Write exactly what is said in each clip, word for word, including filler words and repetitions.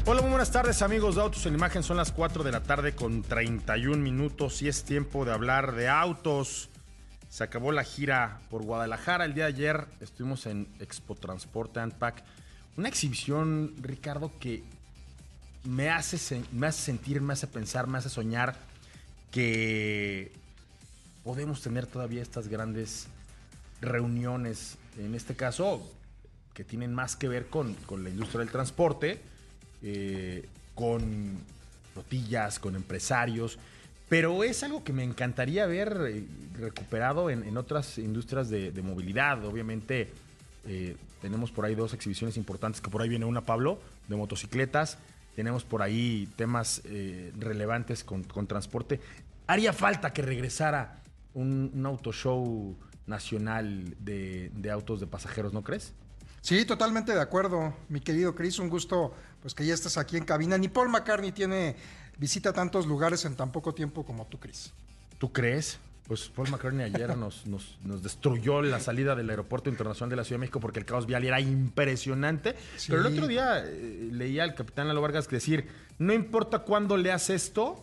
Hola, muy buenas tardes, amigos de Autos en Imagen. Son las cuatro de la tarde con treinta y un minutos y es tiempo de hablar de autos. Se acabó la gira por Guadalajara. El día de ayer estuvimos en Expo Transporte ANTPAC. Una exhibición, Ricardo, que me hace, me hace sentir, me hace pensar, me hace soñar que podemos tener todavía estas grandes reuniones, en este caso, que tienen más que ver con, con la industria del transporte, eh, con flotillas, con empresarios, pero es algo que me encantaría ver eh, recuperado en, en otras industrias de, de movilidad. Obviamente eh, tenemos por ahí dos exhibiciones importantes, que por ahí viene una, Pablo, de motocicletas. Tenemos por ahí temas eh, relevantes con, con transporte. Haría falta que regresara un, un auto show nacional de, de autos de pasajeros, ¿no crees? Sí, totalmente de acuerdo, mi querido Chris. Un gusto pues que ya estés aquí en cabina. Ni Paul McCartney tiene visita tantos lugares en tan poco tiempo como tú, Chris. ¿Tú crees? Pues Paul McCartney ayer nos, nos, nos destruyó la salida del Aeropuerto Internacional de la Ciudad de México porque el caos vial era impresionante. Sí. Pero el otro día eh, leía al capitán Lalo Vargas decir, no importa cuándo leas esto,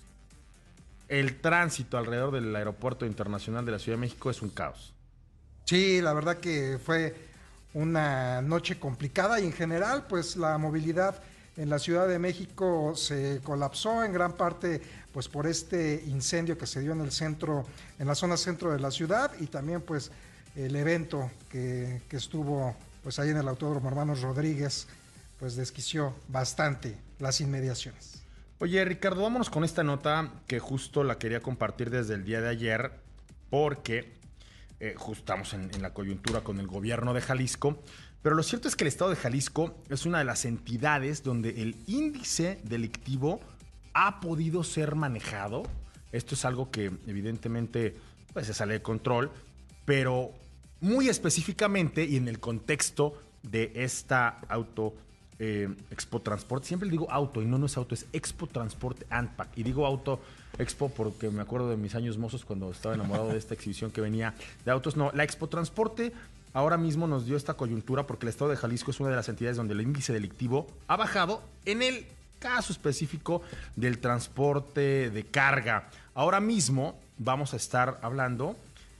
el tránsito alrededor del Aeropuerto Internacional de la Ciudad de México es un caos. Sí, la verdad que fue una noche complicada y en general pues la movilidad en la Ciudad de México se colapsó en gran parte pues por este incendio que se dio en el centro, en la zona centro de la ciudad, y también pues el evento que, que estuvo pues ahí en el Autódromo Hermanos Rodríguez pues desquició bastante las inmediaciones. Oye, Ricardo, vámonos con esta nota que justo la quería compartir desde el día de ayer porque eh, justo estamos en, en la coyuntura con el gobierno de Jalisco. Pero lo cierto es que el estado de Jalisco es una de las entidades donde el índice delictivo ha podido ser manejado. Esto es algo que evidentemente pues, se sale de control, pero muy específicamente y en el contexto de esta auto eh, Expo Transporte. Siempre le digo auto y no, no es auto, es Expo Transporte ANTPAC. Y digo auto Expo porque me acuerdo de mis años mozos cuando estaba enamorado de esta exhibición que venía de autos. No, la Expo Transporte ahora mismo nos dio esta coyuntura porque el estado de Jalisco es una de las entidades donde el índice delictivo ha bajado en el caso específico del transporte de carga. Ahora mismo vamos a estar hablando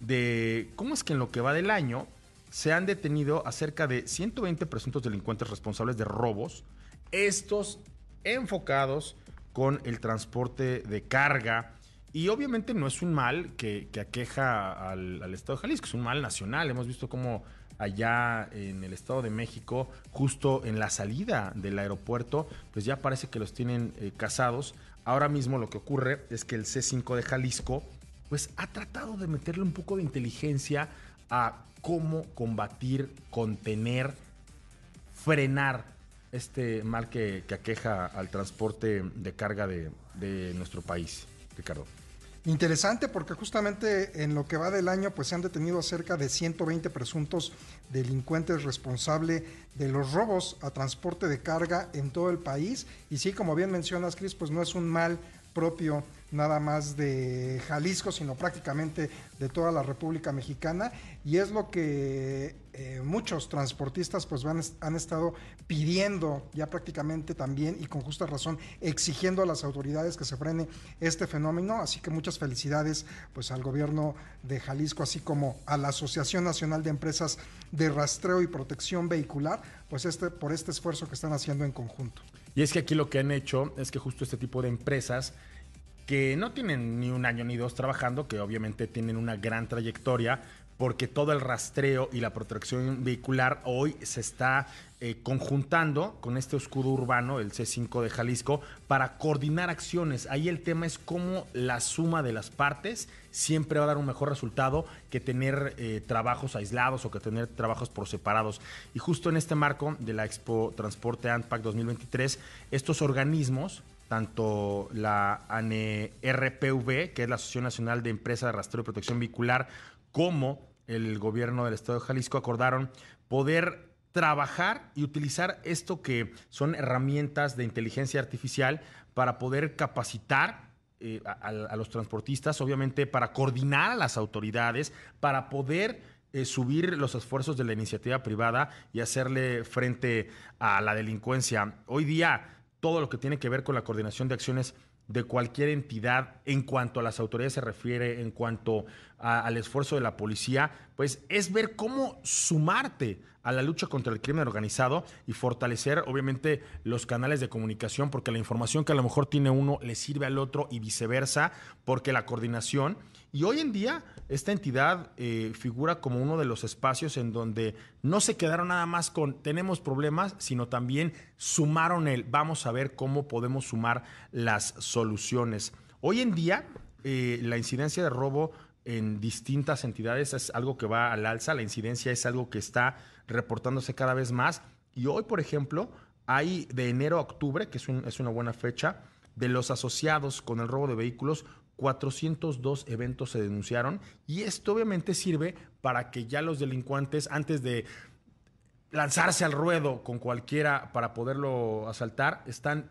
de cómo es que en lo que va del año se han detenido a cerca de ciento veinte presuntos delincuentes responsables de robos, estos enfocados con el transporte de carga. Y obviamente no es un mal que, que aqueja al, al estado de Jalisco, es un mal nacional. Hemos visto cómo allá en el estado de México, justo en la salida del aeropuerto, pues ya parece que los tienen eh, cazados. Ahora mismo lo que ocurre es que el C cinco de Jalisco pues ha tratado de meterle un poco de inteligencia a cómo combatir, contener, frenar este mal que, que aqueja al transporte de carga de, de nuestro país, Ricardo. Interesante, porque justamente en lo que va del año pues se han detenido cerca de ciento veinte presuntos delincuentes responsables de los robos a transporte de carga en todo el país. Y sí, como bien mencionas, Chris, pues no es un mal propio nada más de Jalisco, sino prácticamente de toda la República Mexicana, y es lo que eh, muchos transportistas pues van, han estado pidiendo ya prácticamente también, y con justa razón exigiendo a las autoridades que se frene este fenómeno. Así que muchas felicidades pues al gobierno de Jalisco, así como a la Asociación Nacional de Empresas de Rastreo y Protección Vehicular, pues este, por este esfuerzo que están haciendo en conjunto. Y es que aquí lo que han hecho es que justo este tipo de empresas que no tienen ni un año ni dos trabajando, que obviamente tienen una gran trayectoria, porque todo el rastreo y la protección vehicular hoy se está eh, conjuntando con este escudo urbano, el C cinco de Jalisco, para coordinar acciones. Ahí el tema es cómo la suma de las partes siempre va a dar un mejor resultado que tener eh, trabajos aislados o que tener trabajos por separados. Y justo en este marco de la Expo Transporte ANTPAC dos mil veintitrés, estos organismos, tanto la A N R P V, que es la Asociación Nacional de Empresas de Rastreo y Protección Vehicular, como el gobierno del estado de Jalisco, acordaron poder trabajar y utilizar esto que son herramientas de inteligencia artificial para poder capacitar eh, a, a los transportistas, obviamente para coordinar a las autoridades, para poder eh, subir los esfuerzos de la iniciativa privada y hacerle frente a la delincuencia. Hoy día todo lo que tiene que ver con la coordinación de acciones de cualquier entidad en cuanto a las autoridades se refiere, en cuanto a, al esfuerzo de la policía, pues es ver cómo sumarte a la lucha contra el crimen organizado y fortalecer obviamente los canales de comunicación, porque la información que a lo mejor tiene uno le sirve al otro y viceversa, porque la coordinación. Y hoy en día esta entidad eh, figura como uno de los espacios en donde no se quedaron nada más con tenemos problemas, sino también sumaron el vamos a ver cómo podemos sumar las soluciones. Hoy en día eh, la incidencia de robo en distintas entidades es algo que va al alza, la incidencia es algo que está reportándose cada vez más. Y hoy, por ejemplo, hay de enero a octubre, que es, un, es una buena fecha, de los asociados con el robo de vehículos, cuatrocientos dos eventos se denunciaron y esto obviamente sirve para que ya los delincuentes, antes de lanzarse al ruedo con cualquiera para poderlo asaltar, están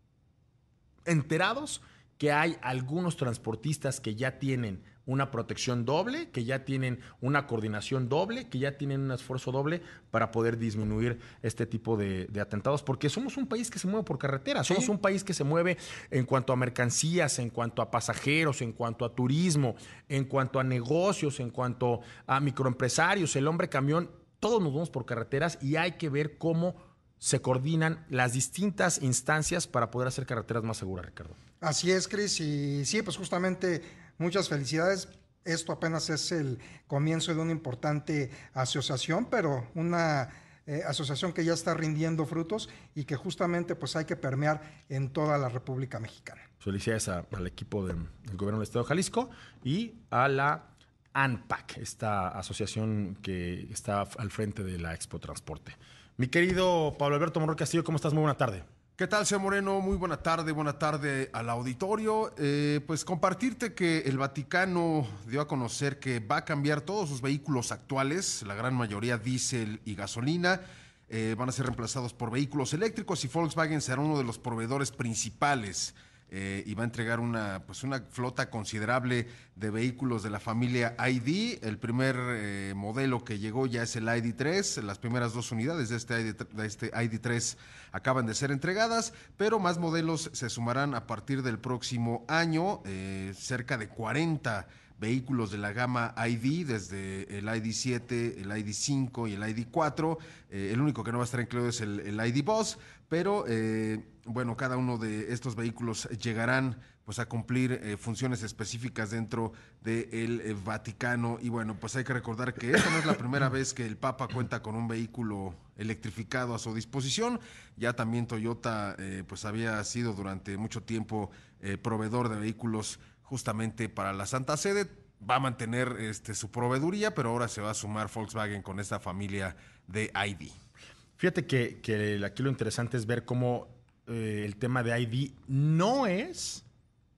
enterados que hay algunos transportistas que ya tienen una protección doble, que ya tienen una coordinación doble, que ya tienen un esfuerzo doble para poder disminuir este tipo de, de atentados, porque somos un país que se mueve por carretera, somos sí. un país que se mueve en cuanto a mercancías, en cuanto a pasajeros, en cuanto a turismo, en cuanto a negocios, en cuanto a microempresarios, el hombre camión, todos nos movemos por carreteras y hay que ver cómo se coordinan las distintas instancias para poder hacer carreteras más seguras, Ricardo. Así es, Cris, y sí, pues justamente muchas felicidades. Esto apenas es el comienzo de una importante asociación, pero una eh, asociación que ya está rindiendo frutos y que justamente pues hay que permear en toda la República Mexicana. Felicidades a, al equipo de, del gobierno del Estado de Jalisco y a la ANPAC, esta asociación que está al frente de la Expo Transporte. Mi querido Pablo Alberto Monroy Castillo, ¿cómo estás? Muy buena tarde. ¿Qué tal, señor Moreno? Muy buena tarde, buena tarde al auditorio. Eh, pues compartirte que el Vaticano dio a conocer que va a cambiar todos sus vehículos actuales, la gran mayoría diésel y gasolina, eh, van a ser reemplazados por vehículos eléctricos y Volkswagen será uno de los proveedores principales. Eh, y va a entregar una, pues una flota considerable de vehículos de la familia I D. El primer eh, modelo que llegó ya es el I D tres. Las primeras dos unidades de este, I D, de este I D tres acaban de ser entregadas, pero más modelos se sumarán a partir del próximo año. Eh, cerca de cuarenta vehículos de la gama I D, desde el I D siete, el I D cinco y el I D cuatro. Eh, el único que no va a estar incluido es el, el I D Buzz, pero eh, bueno, cada uno de estos vehículos llegarán pues a cumplir eh, funciones específicas dentro del eh, Vaticano. Y bueno, pues hay que recordar que esta no es la primera vez que el Papa cuenta con un vehículo electrificado a su disposición. Ya también Toyota eh, pues había sido durante mucho tiempo eh, proveedor de vehículos justamente para la Santa Sede. Va a mantener este, su proveeduría, pero ahora se va a sumar Volkswagen con esta familia de I D. Fíjate que, que aquí lo interesante es ver cómo eh, el tema de I D no es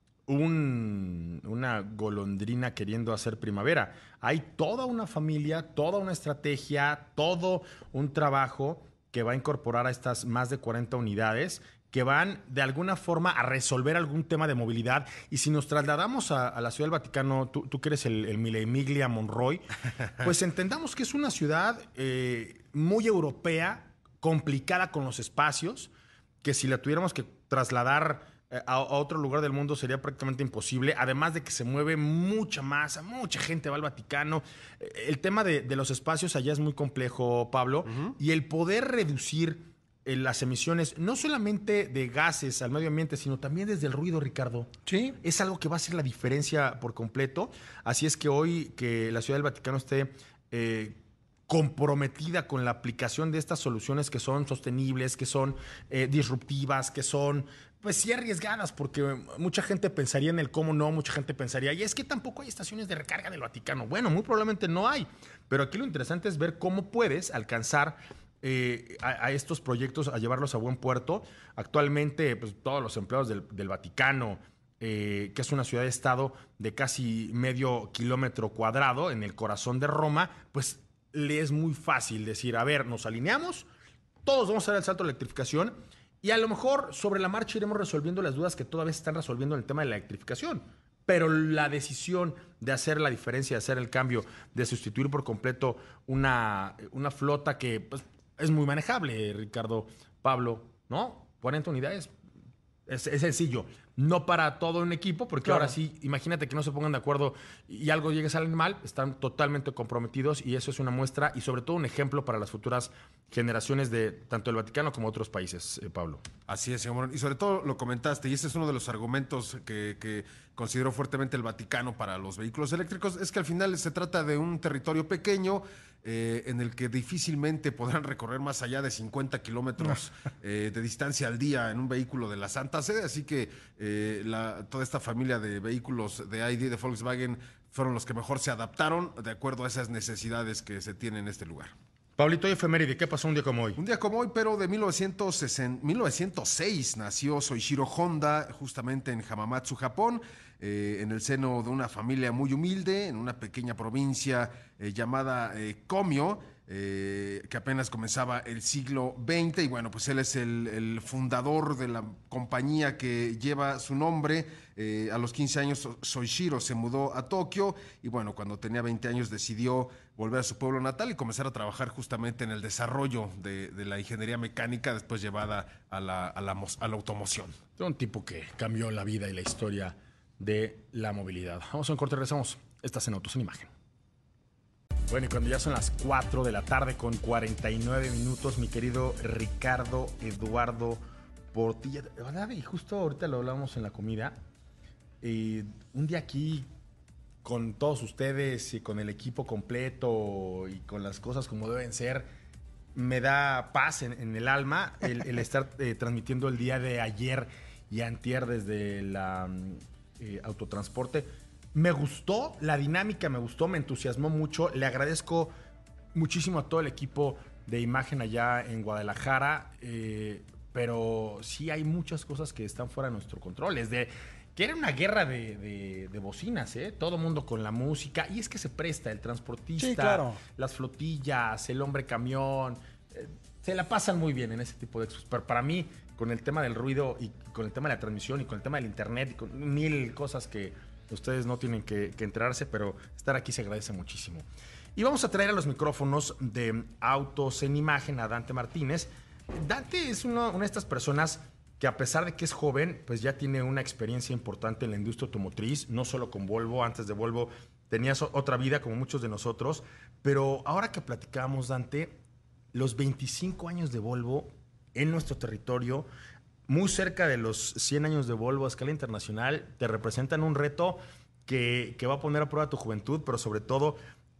un, una golondrina queriendo hacer primavera. Hay toda una familia, toda una estrategia, todo un trabajo que va a incorporar a estas más de cuarenta unidades que van de alguna forma a resolver algún tema de movilidad. Y si nos trasladamos a, a la Ciudad del Vaticano, tú, tú que eres el, el Mille Miglia Monroy, pues entendamos que es una ciudad eh, muy europea, complicada con los espacios, que si la tuviéramos que trasladar eh, a, a otro lugar del mundo sería prácticamente imposible, además de que se mueve mucha masa, mucha gente va al Vaticano. Eh, el tema de, de los espacios allá es muy complejo, Pablo, uh-huh. y el poder reducir las emisiones, no solamente de gases al medio ambiente, sino también desde el ruido, Ricardo. Sí. Es algo que va a hacer la diferencia por completo. Así es que hoy que la Ciudad del Vaticano esté eh, comprometida con la aplicación de estas soluciones que son sostenibles, que son eh, disruptivas, que son, pues sí, arriesgadas, porque mucha gente pensaría en el cómo no, mucha gente pensaría, y es que tampoco hay estaciones de recarga del Vaticano. Bueno, muy probablemente no hay, pero aquí lo interesante es ver cómo puedes alcanzar Eh, a, a estos proyectos, a llevarlos a buen puerto. Actualmente, pues, todos los empleados del, del Vaticano, eh, que es una ciudad-estado de casi medio kilómetro cuadrado en el corazón de Roma, pues le es muy fácil decir, a ver, nos alineamos, todos vamos a dar el salto a la electrificación y a lo mejor sobre la marcha iremos resolviendo las dudas que todavía se están resolviendo en el tema de la electrificación. Pero la decisión de hacer la diferencia, de hacer el cambio, de sustituir por completo una, una flota que pues, es muy manejable, Ricardo, Pablo, ¿no? cuarenta unidades, Es, es sencillo. No para todo un equipo, porque Claro. ahora sí, imagínate que no se pongan de acuerdo y algo llegue a salir mal, están totalmente comprometidos y eso es una muestra y sobre todo un ejemplo para las futuras generaciones de tanto el Vaticano como otros países, eh, Pablo. Así es, señor Morón. Y sobre todo lo comentaste, y ese es uno de los argumentos que, que consideró fuertemente el Vaticano para los vehículos eléctricos, es que al final se trata de un territorio pequeño eh, en el que difícilmente podrán recorrer más allá de cincuenta kilómetros eh, de distancia al día en un vehículo de la Santa Sede, así que eh, la, toda esta familia de vehículos de I D de Volkswagen fueron los que mejor se adaptaron de acuerdo a esas necesidades que se tienen en este lugar. Pablito y efeméride, ¿qué pasó un día como hoy? Un día como hoy, pero de mil novecientos sesenta, mil novecientos seis nació Soichiro Honda, justamente en Hamamatsu, Japón, eh, en el seno de una familia muy humilde, en una pequeña provincia eh, llamada eh, Komio, eh, que apenas comenzaba el siglo veinte. Y bueno, pues él es el, el fundador de la compañía que lleva su nombre. Eh, a los quince años, Soichiro se mudó a Tokio y bueno, cuando tenía veinte años decidió volver a su pueblo natal y comenzar a trabajar justamente en el desarrollo de, de la ingeniería mecánica, después llevada a la, a la, a la automoción. Un tipo que cambió la vida y la historia de la movilidad. Vamos a un corte, regresamos. Estás en Autos en Imagen. Bueno, y cuando ya son las cuatro de la tarde con cuarenta y nueve minutos, mi querido Ricardo Eduardo Portilla, ¿verdad? Y justo ahorita lo hablamos en la comida, eh, un día aquí con todos ustedes y con el equipo completo y con las cosas como deben ser, me da paz en, en el alma el, el estar eh, transmitiendo el día de ayer y antier desde la eh, autotransporte. Me gustó la dinámica, me gustó, me entusiasmó mucho. Le agradezco muchísimo a todo el equipo de imagen allá en Guadalajara, eh, pero sí hay muchas cosas que están fuera de nuestro control. Es de que era una guerra de, de, de bocinas, ¿eh? Todo mundo con la música. Y es que se presta el transportista, Sí, claro. las flotillas, el hombre camión. Eh, se la pasan muy bien en ese tipo de expos. Pero para mí, con el tema del ruido y con el tema de la transmisión y con el tema del internet y con mil cosas que ustedes no tienen que, que enterarse, pero estar aquí se agradece muchísimo. Y vamos a traer a los micrófonos de Autos en Imagen a Dante Martínez. Dante es uno, una de estas personas que a pesar de que es joven, pues ya tiene una experiencia importante en la industria automotriz, no solo con Volvo. Antes de Volvo tenías otra vida como muchos de nosotros, pero ahora que platicábamos, Dante, los veinticinco años de Volvo en nuestro territorio, muy cerca de los cien años de Volvo a escala internacional, te representan un reto que, que va a poner a prueba tu juventud, pero sobre todo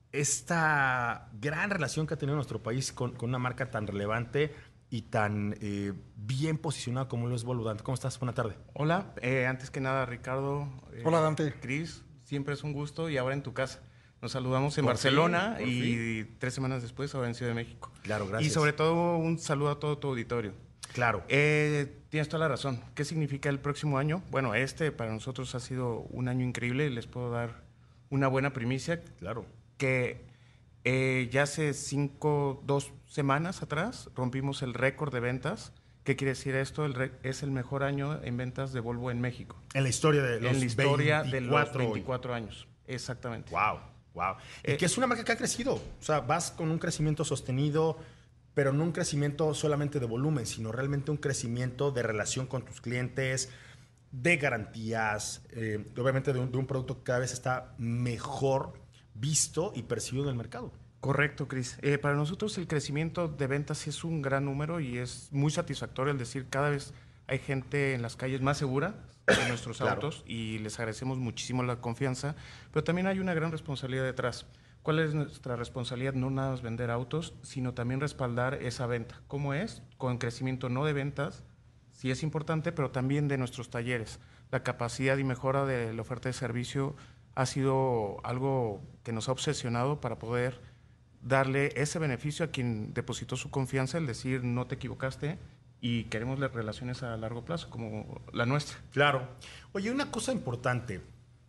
esta gran relación que ha tenido nuestro país con, con una marca tan relevante y tan eh, bien posicionada como lo es Volvo. Dante, ¿cómo estás? Buena tarde. Hola, eh, antes que nada, Ricardo. eh, Hola, Dante. Cris, siempre es un gusto y ahora en tu casa. Nos saludamos en Por Barcelona fin, por y tres semanas después ahora en Ciudad de México. Claro, gracias. Y sobre todo un saludo a todo tu auditorio. Claro. Eh, tienes toda la razón. ¿Qué significa el próximo año? Bueno, este para nosotros ha sido un año increíble. Les puedo dar una buena primicia. Claro. Que eh, ya hace cinco, dos semanas atrás rompimos el récord de ventas. ¿Qué quiere decir esto? El re- es el mejor año en ventas de Volvo en México. En la historia de los en la historia de los veinticuatro hoy. veinticuatro años. Exactamente. Wow, wow. Y Eh, que es una marca que ha crecido. O sea, vas con un crecimiento sostenido, pero no un crecimiento solamente de volumen, sino realmente un crecimiento de relación con tus clientes, de garantías, eh, obviamente de un, de un producto que cada vez está mejor visto y percibido en el mercado. Correcto, Cris. Eh, para nosotros el crecimiento de ventas sí es un gran número y es muy satisfactorio el decir cada vez hay gente en las calles más segura de nuestros Claro. autos y les agradecemos muchísimo la confianza, pero también hay una gran responsabilidad detrás. ¿Cuál es nuestra responsabilidad? No nada más vender autos, sino también respaldar esa venta. ¿Cómo es? Con crecimiento no de ventas, sí es importante, pero también de nuestros talleres. La capacidad y mejora de la oferta de servicio ha sido algo que nos ha obsesionado para poder darle ese beneficio a quien depositó su confianza, el decir no te equivocaste y queremos las relaciones a largo plazo como la nuestra. Claro. Oye, una cosa importante.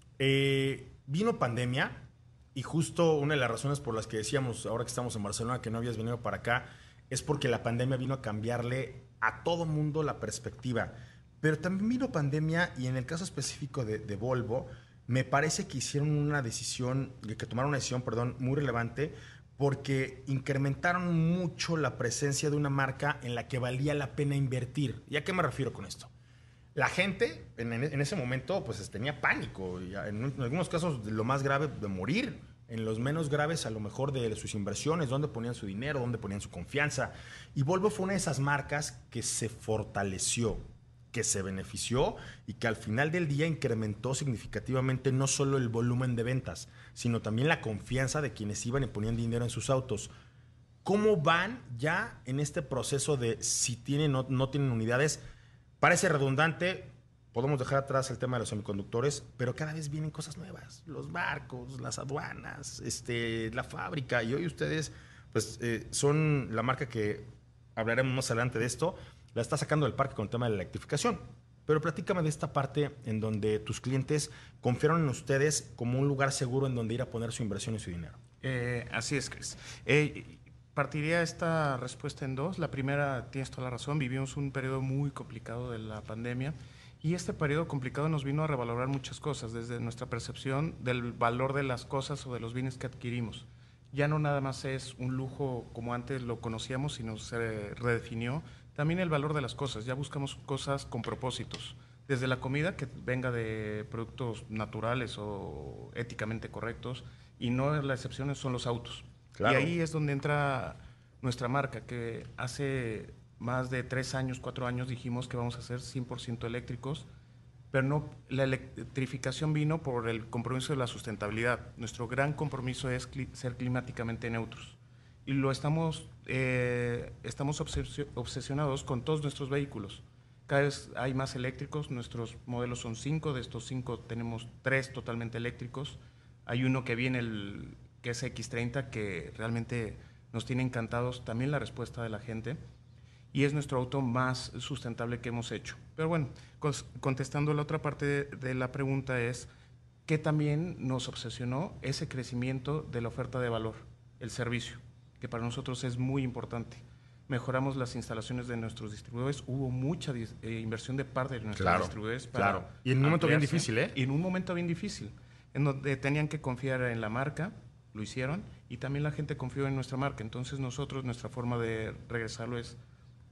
Eh, vino pandemia y justo una de las razones por las que decíamos ahora que estamos en Barcelona que no habías venido para acá es porque la pandemia vino a cambiarle a todo mundo la perspectiva. Pero también vino pandemia y en el caso específico de, de Volvo, me parece que hicieron una decisión, que tomaron una decisión, perdón, muy relevante porque incrementaron mucho la presencia de una marca en la que valía la pena invertir. ¿Y a qué me refiero con esto? La gente en, en ese momento pues tenía pánico, y en, en algunos casos lo más grave de morir, en los menos graves a lo mejor de sus inversiones, dónde ponían su dinero, dónde ponían su confianza. Y Volvo fue una de esas marcas que se fortaleció, que se benefició y que al final del día incrementó significativamente no solo el volumen de ventas, sino también la confianza de quienes iban y ponían dinero en sus autos. ¿Cómo van ya en este proceso de si tienen o no, no tienen unidades? Parece redundante, podemos dejar atrás el tema de los semiconductores, pero cada vez vienen cosas nuevas. Los barcos, las aduanas, este, la fábrica. Y hoy ustedes pues, eh, son la marca que, hablaremos más adelante de esto, la está sacando del parque con el tema de la electrificación. Pero platícame de esta parte en donde tus clientes confiaron en ustedes como un lugar seguro en donde ir a poner su inversión y su dinero. Eh, así es, Chris. Eh, Partiría esta respuesta en dos. La primera, tienes toda la razón, vivimos un periodo muy complicado de la pandemia y este periodo complicado nos vino a revalorar muchas cosas, desde nuestra percepción del valor de las cosas o de los bienes que adquirimos. Ya no nada más es un lujo como antes lo conocíamos, sino se redefinió también el valor de las cosas. Ya buscamos cosas con propósitos, desde la comida que venga de productos naturales o éticamente correctos, y no la excepción son los autos. Claro. Y ahí es donde entra nuestra marca, que hace más de tres años, cuatro años dijimos que vamos a ser cien por ciento eléctricos, pero no, la electrificación vino por el compromiso de la sustentabilidad. Nuestro gran compromiso es cli- ser climáticamente neutros. Y lo estamos, eh, estamos obsesio- obsesionados con todos nuestros vehículos. Cada vez hay más eléctricos, nuestros modelos son cinco, de estos cinco tenemos tres totalmente eléctricos. Hay uno que viene el... que es equis treinta, que realmente nos tiene encantados también la respuesta de la gente, y es nuestro auto más sustentable que hemos hecho. Pero bueno, contestando la otra parte de, de la pregunta es que también nos obsesionó ese crecimiento de la oferta de valor, el servicio, que para nosotros es muy importante. Mejoramos las instalaciones de nuestros distribuidores, hubo mucha eh, inversión de parte de nuestros claro, distribuidores. Para claro. Y en un momento bien difícil, ¿eh? Y en un momento bien difícil, en donde tenían que confiar en la marca, lo hicieron, y también la gente confió en nuestra marca. Entonces nosotros, nuestra forma de regresarlo es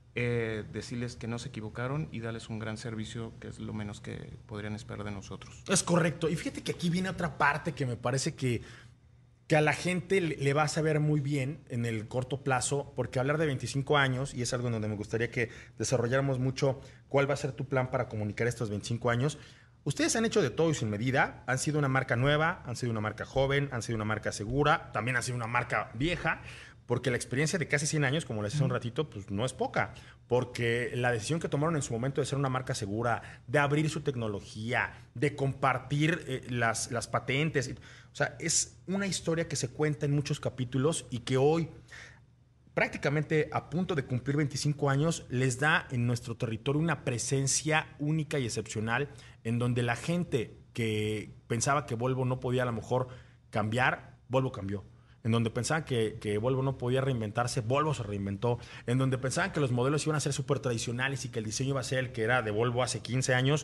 eh, decirles que no se equivocaron y darles un gran servicio, que es lo menos que podrían esperar de nosotros. Es correcto. Y fíjate que aquí viene otra parte que me parece que, que a la gente le, le va a saber muy bien en el corto plazo, porque hablar de veinticinco años, y es algo en donde me gustaría que desarrolláramos mucho cuál va a ser tu plan para comunicar estos veinticinco años. Ustedes han hecho de todo y sin medida, han sido una marca nueva, han sido una marca joven, han sido una marca segura, también han sido una marca vieja, porque la experiencia de casi cien años, como les decía un ratito, pues no es poca, porque la decisión que tomaron en su momento de ser una marca segura, de abrir su tecnología, de compartir eh, las, las patentes, o sea, es una historia que se cuenta en muchos capítulos y que hoy, prácticamente a punto de cumplir veinticinco años, les da en nuestro territorio una presencia única y excepcional, en donde la gente que pensaba que Volvo no podía a lo mejor cambiar, Volvo cambió. En donde pensaban que, que Volvo no podía reinventarse, Volvo se reinventó. En donde pensaban que los modelos iban a ser súper tradicionales y que el diseño iba a ser el que era de Volvo hace quince años,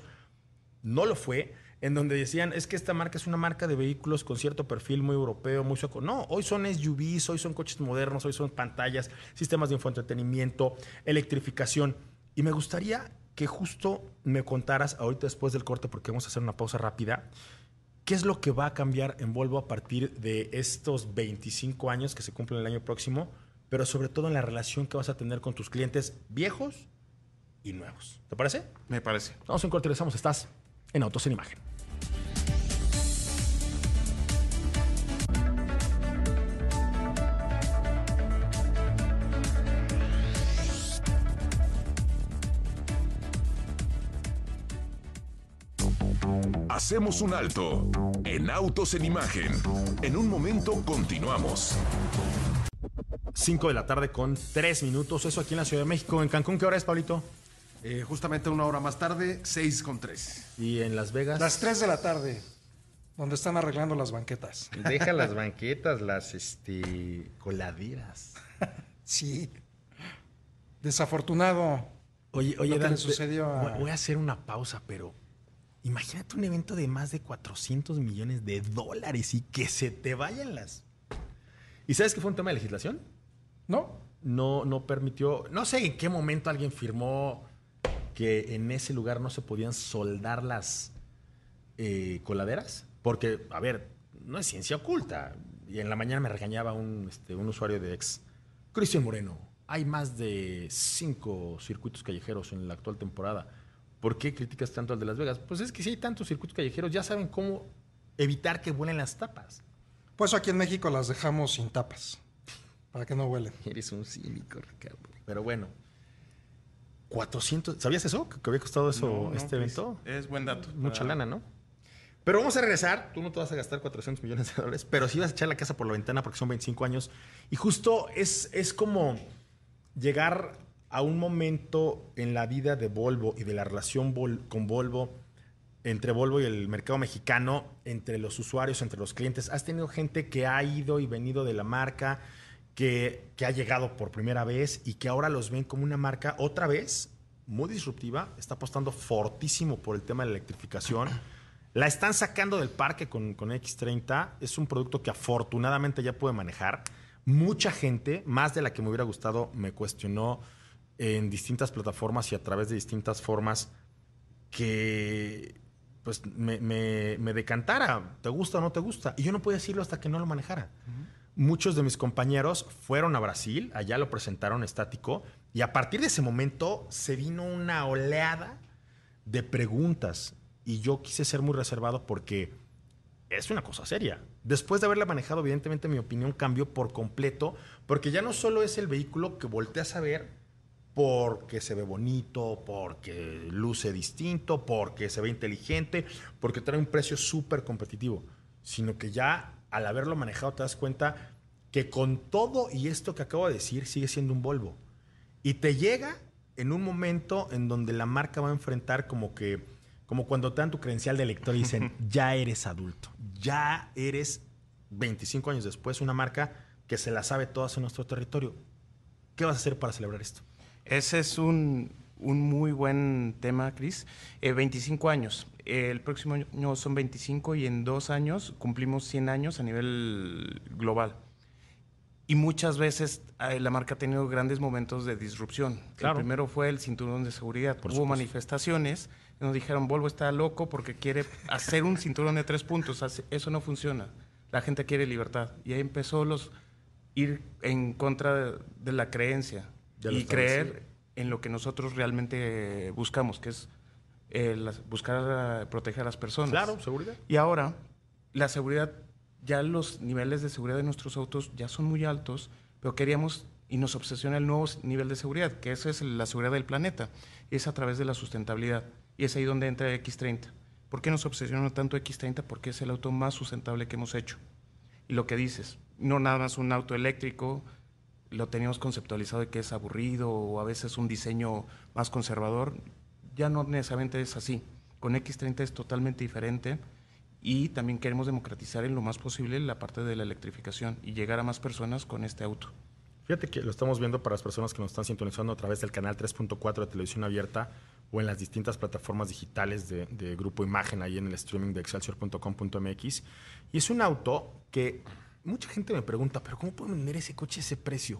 no lo fue. En donde decían, es que esta marca es una marca de vehículos con cierto perfil muy europeo, muy sueco. No, hoy son S U Vs, hoy son coches modernos, hoy son pantallas, sistemas de infoentretenimiento, electrificación. Y me gustaría que justo me contaras ahorita después del corte, porque vamos a hacer una pausa rápida, ¿qué es lo que va a cambiar en Volvo a partir de estos veinticinco años que se cumplen el año próximo, pero sobre todo en la relación que vas a tener con tus clientes viejos y nuevos? ¿Te parece? Me parece. Vamos a un corte, regresamos. Estás en Autos en Imagen. Hacemos un alto en Autos en Imagen. En un momento continuamos. cinco de la tarde con tres minutos. Eso aquí en la Ciudad de México. ¿En Cancún qué hora es, Pablito? Eh, justamente una hora más tarde, seis con tres. ¿Y en Las Vegas? Las tres de la tarde, donde están arreglando las banquetas. Deja las banquetas, las este, coladeras. Sí. Desafortunado. Oye, oye, lo que Dan, le sucedió a... voy a hacer una pausa, pero imagínate un evento de más de cuatrocientos millones de dólares y que se te vayan las... ¿Y sabes qué fue un tema de legislación? ¿No? No, no permitió... No sé en qué momento alguien firmó que en ese lugar no se podían soldar las eh, coladeras. Porque, a ver, no es ciencia oculta. Y en la mañana me regañaba un, este, un usuario de ex, Cristian Moreno, hay más de cinco circuitos callejeros en la actual temporada. ¿Por qué criticas tanto al de Las Vegas? Pues es que si hay tantos circuitos callejeros, ya saben cómo evitar que vuelen las tapas. Pues aquí en México las dejamos sin tapas, para que no huelen. Eres un cínico, Ricardo. Pero bueno, cuatrocientos... ¿Sabías eso? ¿Que había costado eso No, no, este Chris, evento? Es buen dato. Mucha para- lana, ¿no? Pero vamos a regresar. Tú no te vas a gastar cuatrocientos millones de dólares, pero sí vas a echar la casa por la ventana porque son veinticinco años. Y justo es, es como llegar a un momento en la vida de Volvo y de la relación Vol- con Volvo, entre Volvo y el mercado mexicano, entre los usuarios, entre los clientes. Has tenido gente que ha ido y venido de la marca, que, que ha llegado por primera vez y que ahora los ven como una marca otra vez muy disruptiva. Está apostando fortísimo por el tema de la electrificación. La están sacando del parque con, con equis treinta. Es un producto que afortunadamente ya puede manejar. Mucha gente, más de la que me hubiera gustado, me cuestionó en distintas plataformas y a través de distintas formas que pues me, me, me decantara. ¿Te gusta o no te gusta? Y yo no podía decirlo hasta que no lo manejara. Uh-huh. Muchos de mis compañeros fueron a Brasil, allá lo presentaron estático, y a partir de ese momento se vino una oleada de preguntas. Y yo quise ser muy reservado porque es una cosa seria. Después de haberla manejado, evidentemente mi opinión cambió por completo, porque ya no solo es el vehículo que volteas a ver porque se ve bonito, porque luce distinto, porque se ve inteligente, porque trae un precio súper competitivo, sino que ya al haberlo manejado te das cuenta que con todo y esto que acabo de decir sigue siendo un Volvo. Y te llega en un momento en donde la marca va a enfrentar como que como cuando te dan tu credencial de lector y dicen, ya eres adulto, ya eres veinticinco años después una marca que se la sabe todas en nuestro territorio. ¿Qué vas a hacer para celebrar esto? Ese es un, un muy buen tema, Chris. Eh, veinticinco años. Eh, el próximo año son veinticinco y en dos años cumplimos cien años a nivel global. Y muchas veces eh, la marca ha tenido grandes momentos de disrupción. Claro. El primero fue el cinturón de seguridad. Por Hubo supuesto. manifestaciones y nos dijeron, Volvo está loco porque quiere hacer un cinturón de tres puntos. Eso no funciona. La gente quiere libertad. Y ahí empezó los ir en contra de, de la creencia De lo y creer en lo que nosotros realmente buscamos, que es eh, las- buscar eh, proteger a las personas. Claro, seguridad. Y ahora, la seguridad, ya los niveles de seguridad de nuestros autos ya son muy altos, pero queríamos y nos obsesiona el nuevo nivel de seguridad, que esa es la seguridad del planeta, y es a través de la sustentabilidad. Y es ahí donde entra equis treinta. ¿Por qué nos obsesiona tanto equis treinta? Porque es el auto más sustentable que hemos hecho. Y lo que dices, no nada más un auto eléctrico, lo teníamos conceptualizado de que es aburrido o a veces un diseño más conservador, ya no necesariamente es así. Con equis treinta es totalmente diferente y también queremos democratizar en lo más posible la parte de la electrificación y llegar a más personas con este auto. Fíjate que lo estamos viendo para las personas que nos están sintonizando a través del canal tres punto cuatro de Televisión Abierta o en las distintas plataformas digitales de, de Grupo Imagen, ahí en el streaming de excelsior punto com punto m x. Y es un auto que mucha gente me pregunta, ¿pero cómo pueden vender ese coche a ese precio?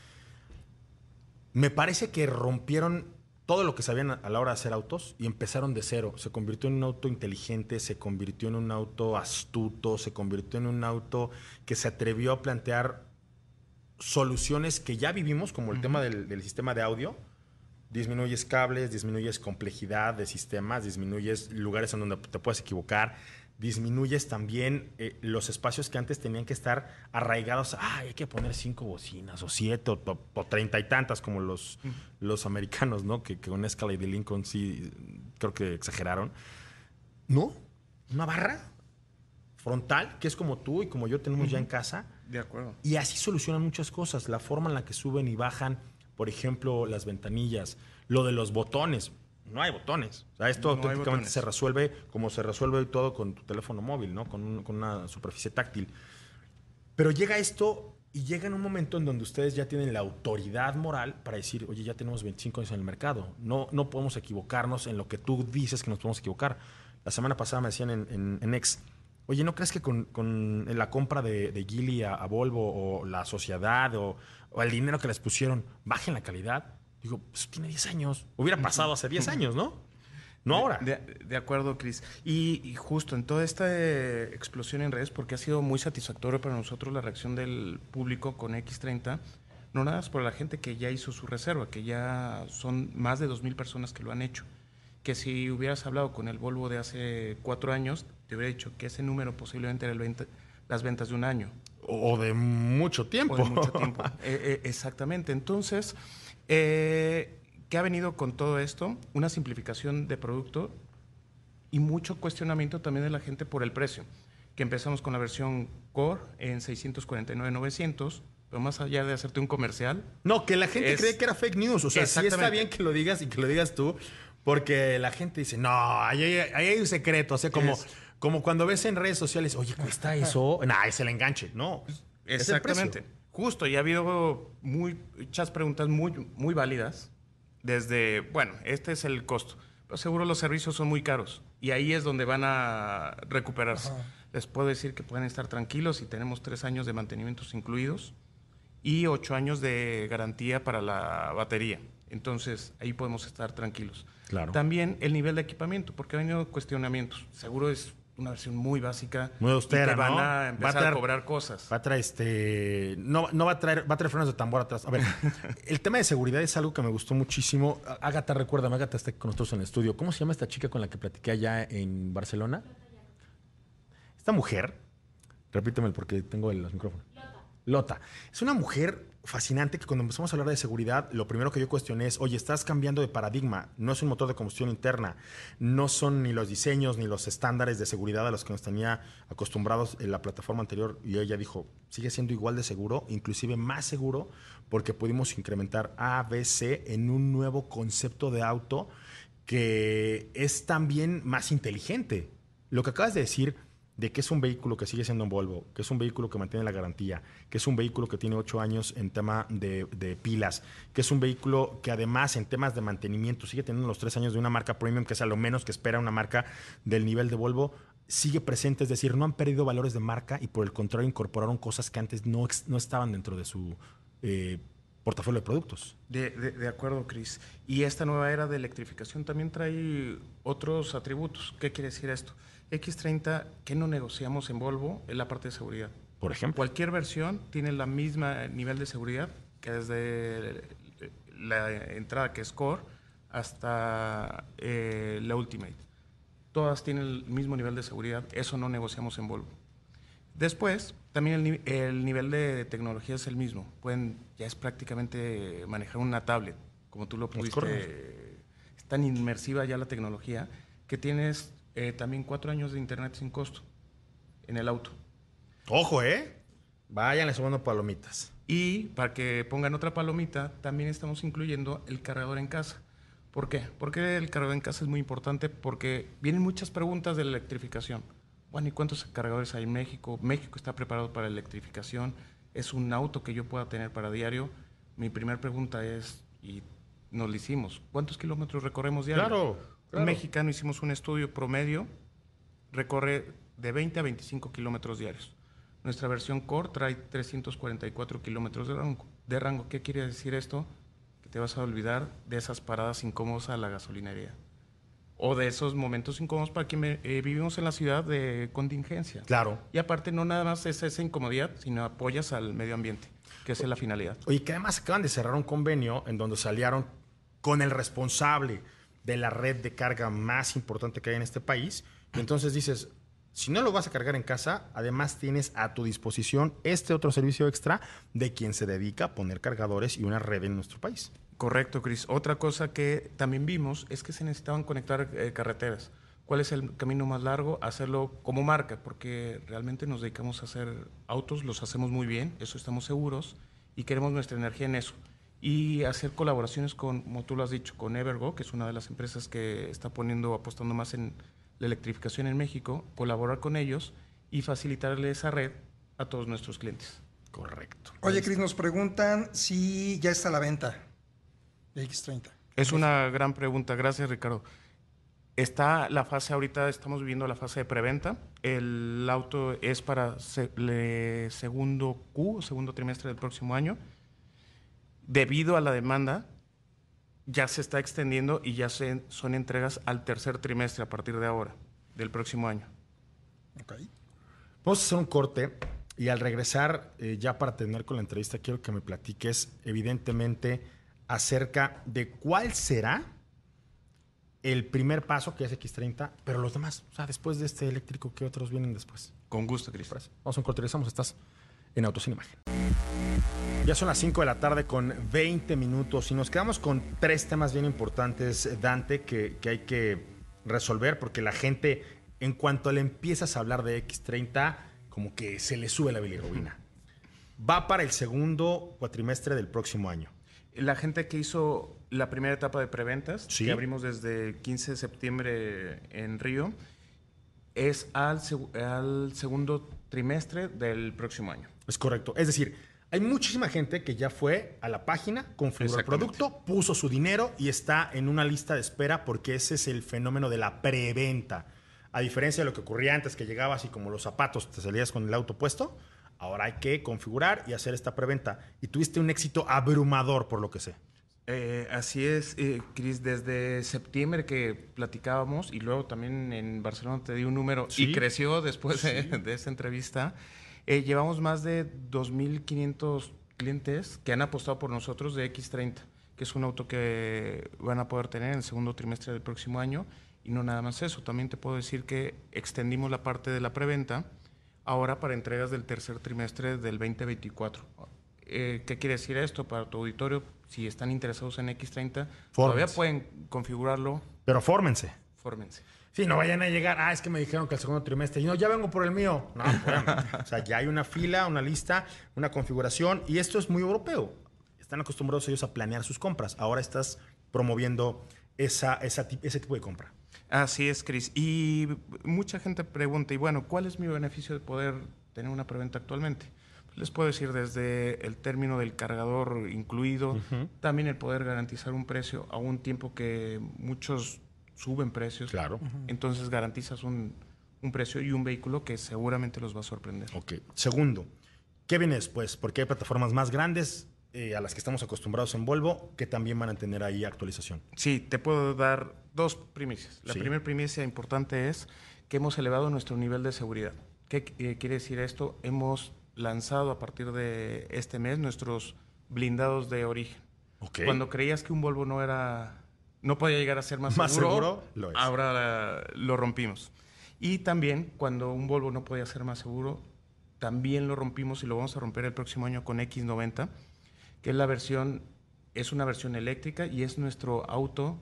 Me parece que rompieron todo lo que sabían a la hora de hacer autos y empezaron de cero. Se convirtió en un auto inteligente, se convirtió en un auto astuto, se convirtió en un auto que se atrevió a plantear soluciones que ya vivimos, como el uh-huh. tema del, del sistema de audio. Disminuyes cables, disminuyes complejidad de sistemas, disminuyes lugares en donde te puedes equivocar, disminuyes también eh, los espacios que antes tenían que estar arraigados. Ah, hay que poner cinco bocinas o siete o, o, o treinta y tantas como los, uh-huh. los americanos, ¿no? Que, que con Escalade y Lincoln sí creo que exageraron. No, una barra frontal, que es como tú y como yo tenemos uh-huh. ya en casa. De acuerdo. Y así solucionan muchas cosas. La forma en la que suben y bajan, por ejemplo, las ventanillas, lo de los botones. No hay botones. O sea, esto no auténticamente se resuelve como se resuelve hoy todo con tu teléfono móvil, ¿no? Con, un, con una superficie táctil. Pero llega esto y llega en un momento en donde ustedes ya tienen la autoridad moral para decir, oye, ya tenemos veinticinco años en el mercado. No, no podemos equivocarnos en lo que tú dices que nos podemos equivocar. La semana pasada me decían en, en, en X, oye, ¿no crees que con, con la compra de, de Geely a, a Volvo o la sociedad o, o el dinero que les pusieron bajen la calidad? Digo, pues tiene diez años. Hubiera pasado hace diez años, ¿no? No ahora. De, de acuerdo, Cris. Y, y justo en toda esta eh, explosión en redes, porque ha sido muy satisfactorio para nosotros la reacción del público con equis treinta, no nada más por la gente que ya hizo su reserva, que ya son más de dos mil personas que lo han hecho. Que si hubieras hablado con el Volvo de hace cuatro años, te hubiera dicho que ese número posiblemente era el veinte, las ventas de un año. O de mucho tiempo. O de mucho tiempo. eh, eh, exactamente. Entonces, eh, ¿qué ha venido con todo esto? Una simplificación de producto y mucho cuestionamiento también de la gente por el precio. Que empezamos con la versión Core en seiscientos cuarenta y nueve mil novecientos, pero más allá de hacerte un comercial. No, que la gente es, cree que era fake news. O sea, sí está bien que lo digas y que lo digas tú, porque la gente dice, no, ahí hay, ahí hay un secreto. O sea, como, como cuando ves en redes sociales, oye, ¿cuesta eso? Nah, es el enganche. No, exactamente. Justo, y ha habido muy, muchas preguntas muy, muy válidas. Desde, bueno, este es el costo, pero seguro los servicios son muy caros y ahí es donde van a recuperarse. Ajá. Les puedo decir que pueden estar tranquilos y tenemos tres años de mantenimientos incluidos y ocho años de garantía para la batería. Entonces, ahí podemos estar tranquilos. Claro. También el nivel de equipamiento, porque ha venido cuestionamientos. Seguro es una versión muy básica. Muy austera, y te van ¿no? a empezar a, traer, a cobrar cosas. Va a traer este... No, no va a traer... Va a traer frenos de tambor atrás. A ver, el tema de seguridad es algo que me gustó muchísimo. Ágata, recuérdame, Ágata está con nosotros en el estudio. ¿Cómo se llama esta chica con la que platiqué allá en Barcelona? Esta mujer... Repíteme porque tengo los micrófonos. Lota. Lota. Es una mujer fascinante que cuando empezamos a hablar de seguridad, lo primero que yo cuestioné es, oye, estás cambiando de paradigma, no es un motor de combustión interna, no son ni los diseños ni los estándares de seguridad a los que nos tenía acostumbrados en la plataforma anterior, y ella dijo, sigue siendo igual de seguro, inclusive más seguro, porque pudimos incrementar A, B, C en un nuevo concepto de auto que es también más inteligente. Lo que acabas de decir de que es un vehículo que sigue siendo un Volvo, que es un vehículo que mantiene la garantía, que es un vehículo que tiene ocho años en tema de, de pilas, que es un vehículo que además en temas de mantenimiento sigue teniendo los tres años de una marca premium, que es a lo menos que espera una marca del nivel de Volvo, sigue presente, es decir, no han perdido valores de marca y por el contrario incorporaron cosas que antes no, no estaban dentro de su eh, portafolio de productos. De, de, de acuerdo, Cris. Y esta nueva era de electrificación también trae otros atributos. ¿Qué quiere decir esto? equis treinta, ¿qué no negociamos en Volvo? Es la parte de seguridad. Por ejemplo. Cualquier versión tiene la misma nivel de seguridad que desde la entrada que es Core hasta eh, la Ultimate. Todas tienen el mismo nivel de seguridad. Eso no negociamos en Volvo. Después, también el, el nivel de tecnología es el mismo. Pueden, ya es prácticamente manejar una tablet, como tú lo pudiste. Es tan inmersiva ya la tecnología que tienes Eh, también cuatro años de internet sin costo en el auto. Ojo, ¿eh? Váyanle sumando palomitas. Y para que pongan otra palomita, también estamos incluyendo el cargador en casa. ¿Por qué? Porque el cargador en casa es muy importante porque vienen muchas preguntas de la electrificación. Bueno, ¿y cuántos cargadores hay en México? ¿México está preparado para la electrificación? ¿Es un auto que yo pueda tener para diario? Mi primera pregunta es, y nos lo hicimos, ¿cuántos kilómetros recorremos diario? Claro. Claro. Un mexicano, hicimos un estudio promedio, recorre de veinte a veinticinco kilómetros diarios. Nuestra versión Core trae trescientos cuarenta y cuatro kilómetros de rango. de rango. ¿Qué quiere decir esto? Que te vas a olvidar de esas paradas incómodas a la gasolinería. O de esos momentos incómodos para quien eh, vivimos en la ciudad de contingencia. Claro. Y aparte no nada más es esa incomodidad, sino apoyas al medio ambiente, que esa es la finalidad. Oye, que además acaban de cerrar un convenio en donde salieron con el responsable de la red de carga más importante que hay en este país. Y entonces dices, si no lo vas a cargar en casa, además tienes a tu disposición este otro servicio extra de quien se dedica a poner cargadores y una red en nuestro país. Correcto, Cris. Otra cosa que también vimos es que se necesitaban conectar eh, carreteras. ¿Cuál es el camino más largo? Hacerlo como marca, porque realmente nos dedicamos a hacer autos, los hacemos muy bien, eso estamos seguros, y queremos nuestra energía en eso. Y hacer colaboraciones con, como tú lo has dicho, con Evergo, que es una de las empresas que está poniendo, apostando más en la electrificación en México, colaborar con ellos y facilitarle esa red a todos nuestros clientes. Correcto. Oye, Cris, nos preguntan si ya está a la venta de equis treinta. Es una gran pregunta, gracias, Ricardo. Está la fase ahorita, estamos viviendo la fase de preventa. El auto es para se, le, segundo Q, segundo trimestre del próximo año. Debido a la demanda, ya se está extendiendo y ya se, son entregas al tercer trimestre a partir de ahora, del próximo año. Okay. Vamos a hacer un corte y al regresar, eh, ya para terminar con la entrevista, quiero que me platiques evidentemente acerca de cuál será el primer paso, que es equis treinta, pero los demás, o sea, después de este eléctrico, ¿qué otros vienen después? Con gusto, Cristian. Vamos a un corte, regresamos, estás en Autos en Imagen. Ya son las cinco de la tarde con veinte minutos y nos quedamos con tres temas bien importantes, Dante, que, que hay que resolver porque la gente, en cuanto le empiezas a hablar de equis treinta, como que se le sube la bilirrubina. Va para el segundo cuatrimestre del próximo año. La gente que hizo la primera etapa de preventas, ¿Sí? que abrimos desde el quince de septiembre en Río, es al, seg- al segundo trimestre del próximo año. Es correcto. Es decir, hay muchísima gente que ya fue a la página, configuró el producto, puso su dinero y está en una lista de espera porque ese es el fenómeno de la preventa. A diferencia de lo que ocurría antes, que llegabas y como los zapatos te salías con el auto puesto, ahora hay que configurar y hacer esta preventa. Y tuviste un éxito abrumador, por lo que sé. Eh, así es, eh, Cris, desde septiembre que platicábamos y luego también en Barcelona te di un número Sí. y creció después de, de esta entrevista. Eh, llevamos más de dos mil quinientos clientes que han apostado por nosotros de equis treinta, que es un auto que van a poder tener en el segundo trimestre del próximo año. Y no nada más eso, también te puedo decir que extendimos la parte de la preventa ahora para entregas del tercer trimestre del veinte veinticuatro. Eh, ¿Qué quiere decir esto para tu auditorio? Si están interesados en equis treinta, todavía pueden configurarlo. Pero fórmense. Fórmense. Sí, no vayan a llegar, ah, es que me dijeron que el segundo trimestre, y no, ya vengo por el mío. No, espérame. O sea, ya hay una fila, una lista, una configuración, y esto es muy europeo. Están acostumbrados ellos a planear sus compras. Ahora estás promoviendo esa, esa, ese tipo de compra. Así es, Cris. Y mucha gente pregunta, y bueno, ¿cuál es mi beneficio de poder tener una preventa actualmente? Pues les puedo decir desde el término del cargador incluido, uh-huh. también el poder garantizar un precio a un tiempo que muchos suben precios. Claro. Uh-huh. Entonces garantizas un, un precio y un vehículo que seguramente los va a sorprender. Ok. Segundo, ¿qué viene después? Porque hay plataformas más grandes eh, a las que estamos acostumbrados en Volvo que también van a tener ahí actualización. Sí, te puedo dar dos primicias. La sí. primera primicia importante es que hemos elevado nuestro nivel de seguridad. ¿Qué eh, quiere decir esto? Hemos lanzado a partir de este mes nuestros blindados de origen. Okay. Cuando creías que un Volvo no era, no podía llegar a ser más, más seguro, seguro lo es. ahora lo rompimos. Y también cuando un Volvo no podía ser más seguro, también lo rompimos y lo vamos a romper el próximo año con equis noventa, que es la versión, es una versión eléctrica y es nuestro auto,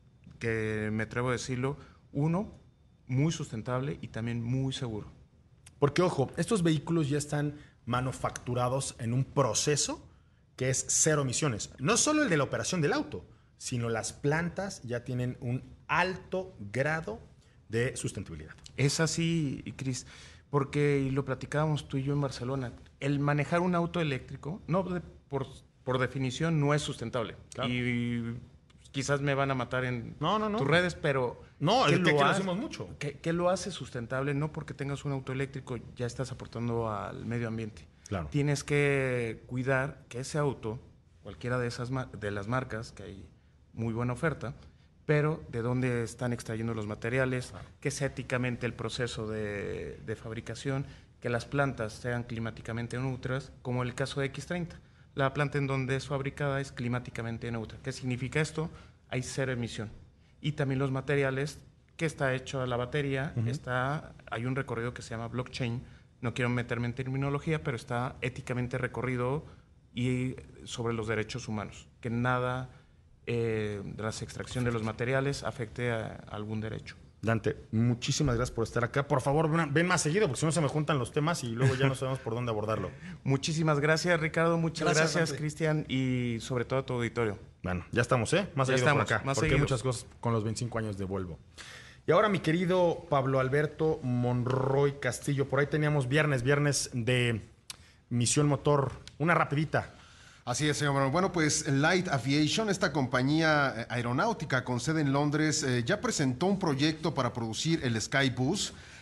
que me atrevo a decirlo, uno, muy sustentable y también muy seguro. Porque, ojo, estos vehículos ya están manufacturados en un proceso que es cero emisiones. No solo el de la operación del auto, sino las plantas ya tienen un alto grado de sustentabilidad. Es así, Cris, porque y lo platicábamos tú y yo en Barcelona, el manejar un auto eléctrico, no de, por, por definición, no es sustentable. Claro. Y quizás me van a matar en no, no, no. tus redes, pero... No, es que lo lo hacemos mucho. ¿qué, ¿Qué lo hace sustentable? No porque tengas un auto eléctrico ya estás aportando al medio ambiente. Claro. Tienes que cuidar que ese auto, cualquiera de esas de las marcas, que hay muy buena oferta, pero de dónde están extrayendo los materiales, claro. que sea éticamente el proceso de, de fabricación, que las plantas sean climáticamente neutras, como el caso de equis treinta. La planta en donde es fabricada es climáticamente neutra. ¿Qué significa esto? Hay cero emisión. Y también los materiales que está hecho la batería, uh-huh. está, hay un recorrido que se llama blockchain, no quiero meterme en terminología, pero está éticamente recorrido y sobre los derechos humanos, que nada eh, de la extracción de los materiales afecte a, a algún derecho. Dante, muchísimas gracias por estar acá. Por favor, ven más seguido, porque si no se me juntan los temas y luego ya no sabemos por dónde abordarlo. Muchísimas gracias, Ricardo. Muchas gracias, gracias Cristian, y sobre todo a tu auditorio. Bueno, ya estamos, ¿eh? Más ya seguido estamos, por acá, más porque seguidos. hay muchas cosas con los veinticinco años de Volvo. Y ahora, mi querido Pablo Alberto Monroy Castillo, por ahí teníamos viernes, viernes de Misión Motor. Una rapidita. Así es, señor Manuel. Bueno, pues Light Aviation, esta compañía aeronáutica con sede en Londres, eh, ya presentó un proyecto para producir el Skybus.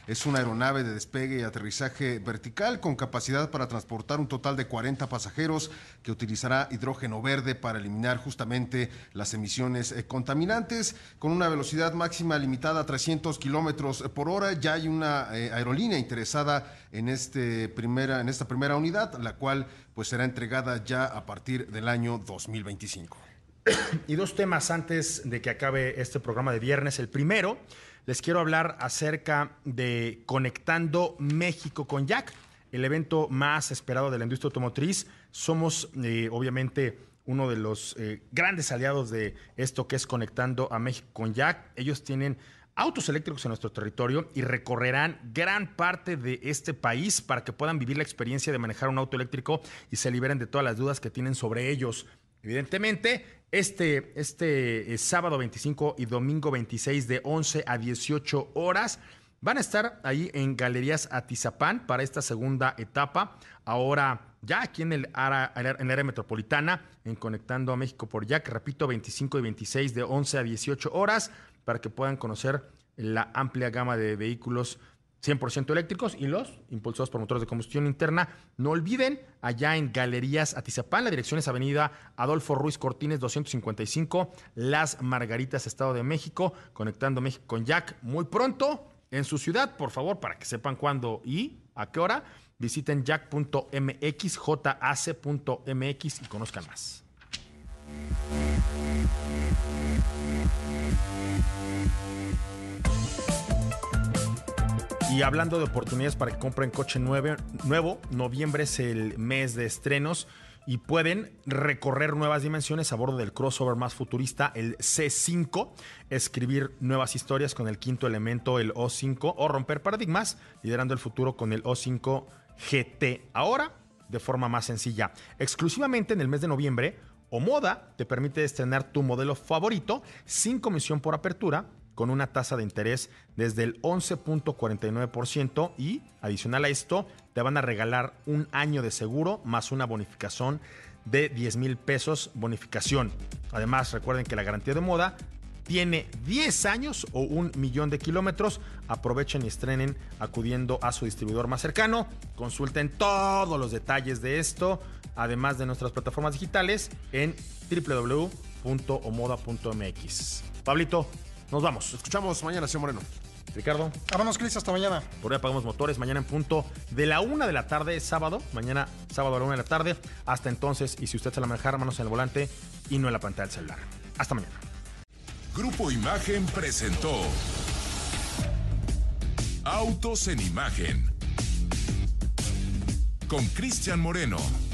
Es una aeronave de despegue y aterrizaje vertical con capacidad para transportar un total de cuarenta pasajeros, que utilizará hidrógeno verde para eliminar justamente las emisiones eh, contaminantes, con una velocidad máxima limitada a trescientos kilómetros por hora. Ya hay una eh, aerolínea interesada en, este primera, en esta primera unidad, la cual pues será entregada ya a partir del año dos mil veinticinco. Y dos temas antes de que acabe este programa de viernes. El primero, les quiero hablar acerca de Conectando México con Jack, el evento más esperado de la industria automotriz. Somos, eh, obviamente, uno de los eh, grandes aliados de esto que es Conectando a México con Jack. Ellos tienen autos eléctricos en nuestro territorio y recorrerán gran parte de este país para que puedan vivir la experiencia de manejar un auto eléctrico y se liberen de todas las dudas que tienen sobre ellos. Evidentemente, este, este eh, sábado veinticinco y domingo veintiséis de once a dieciocho horas van a estar ahí en Galerías Atizapán para esta segunda etapa. Ahora ya aquí en el área, en el área metropolitana, en Conectando a México por Jack, repito, veinticinco y veintiséis de once a dieciocho horas, para que puedan conocer la amplia gama de vehículos cien por ciento eléctricos y los impulsados por motores de combustión interna. No olviden, allá en Galerías Atizapán, la dirección es Avenida Adolfo Ruiz Cortines doscientos cincuenta y cinco, Las Margaritas, Estado de México, Conectando México con Jack. Muy pronto en su ciudad, por favor, para que sepan cuándo y a qué hora, visiten jack punto m x, jac punto m x y conozcan más. Y hablando de oportunidades para que compren coche nueve, nuevo, noviembre es el mes de estrenos y pueden recorrer nuevas dimensiones a bordo del crossover más futurista, el C cinco, escribir nuevas historias con el quinto elemento, el O cinco, o romper paradigmas liderando el futuro con el O cinco G T. Ahora, de forma más sencilla. Exclusivamente en el mes de noviembre, Omoda te permite estrenar tu modelo favorito sin comisión por apertura, con una tasa de interés desde el once punto cuarenta y nueve por ciento y, adicional a esto, te van a regalar un año de seguro más una bonificación de diez mil pesos bonificación. Además, recuerden que la garantía de Moda tiene diez años o un millón de kilómetros. Aprovechen y estrenen acudiendo a su distribuidor más cercano. Consulten todos los detalles de esto, además de nuestras plataformas digitales en w w w punto omoda punto m x. Pablito, nos vamos. Escuchamos mañana, señor Moreno. Ricardo. Vámonos, Cris, hasta mañana. Por hoy apagamos motores. Mañana en punto de la una de la tarde, es sábado. Mañana, sábado a la una de la tarde. Hasta entonces, y si usted se la maneja, manos en el volante y no en la pantalla del celular. Hasta mañana. Grupo Imagen presentó Autos en Imagen con Cristian Moreno.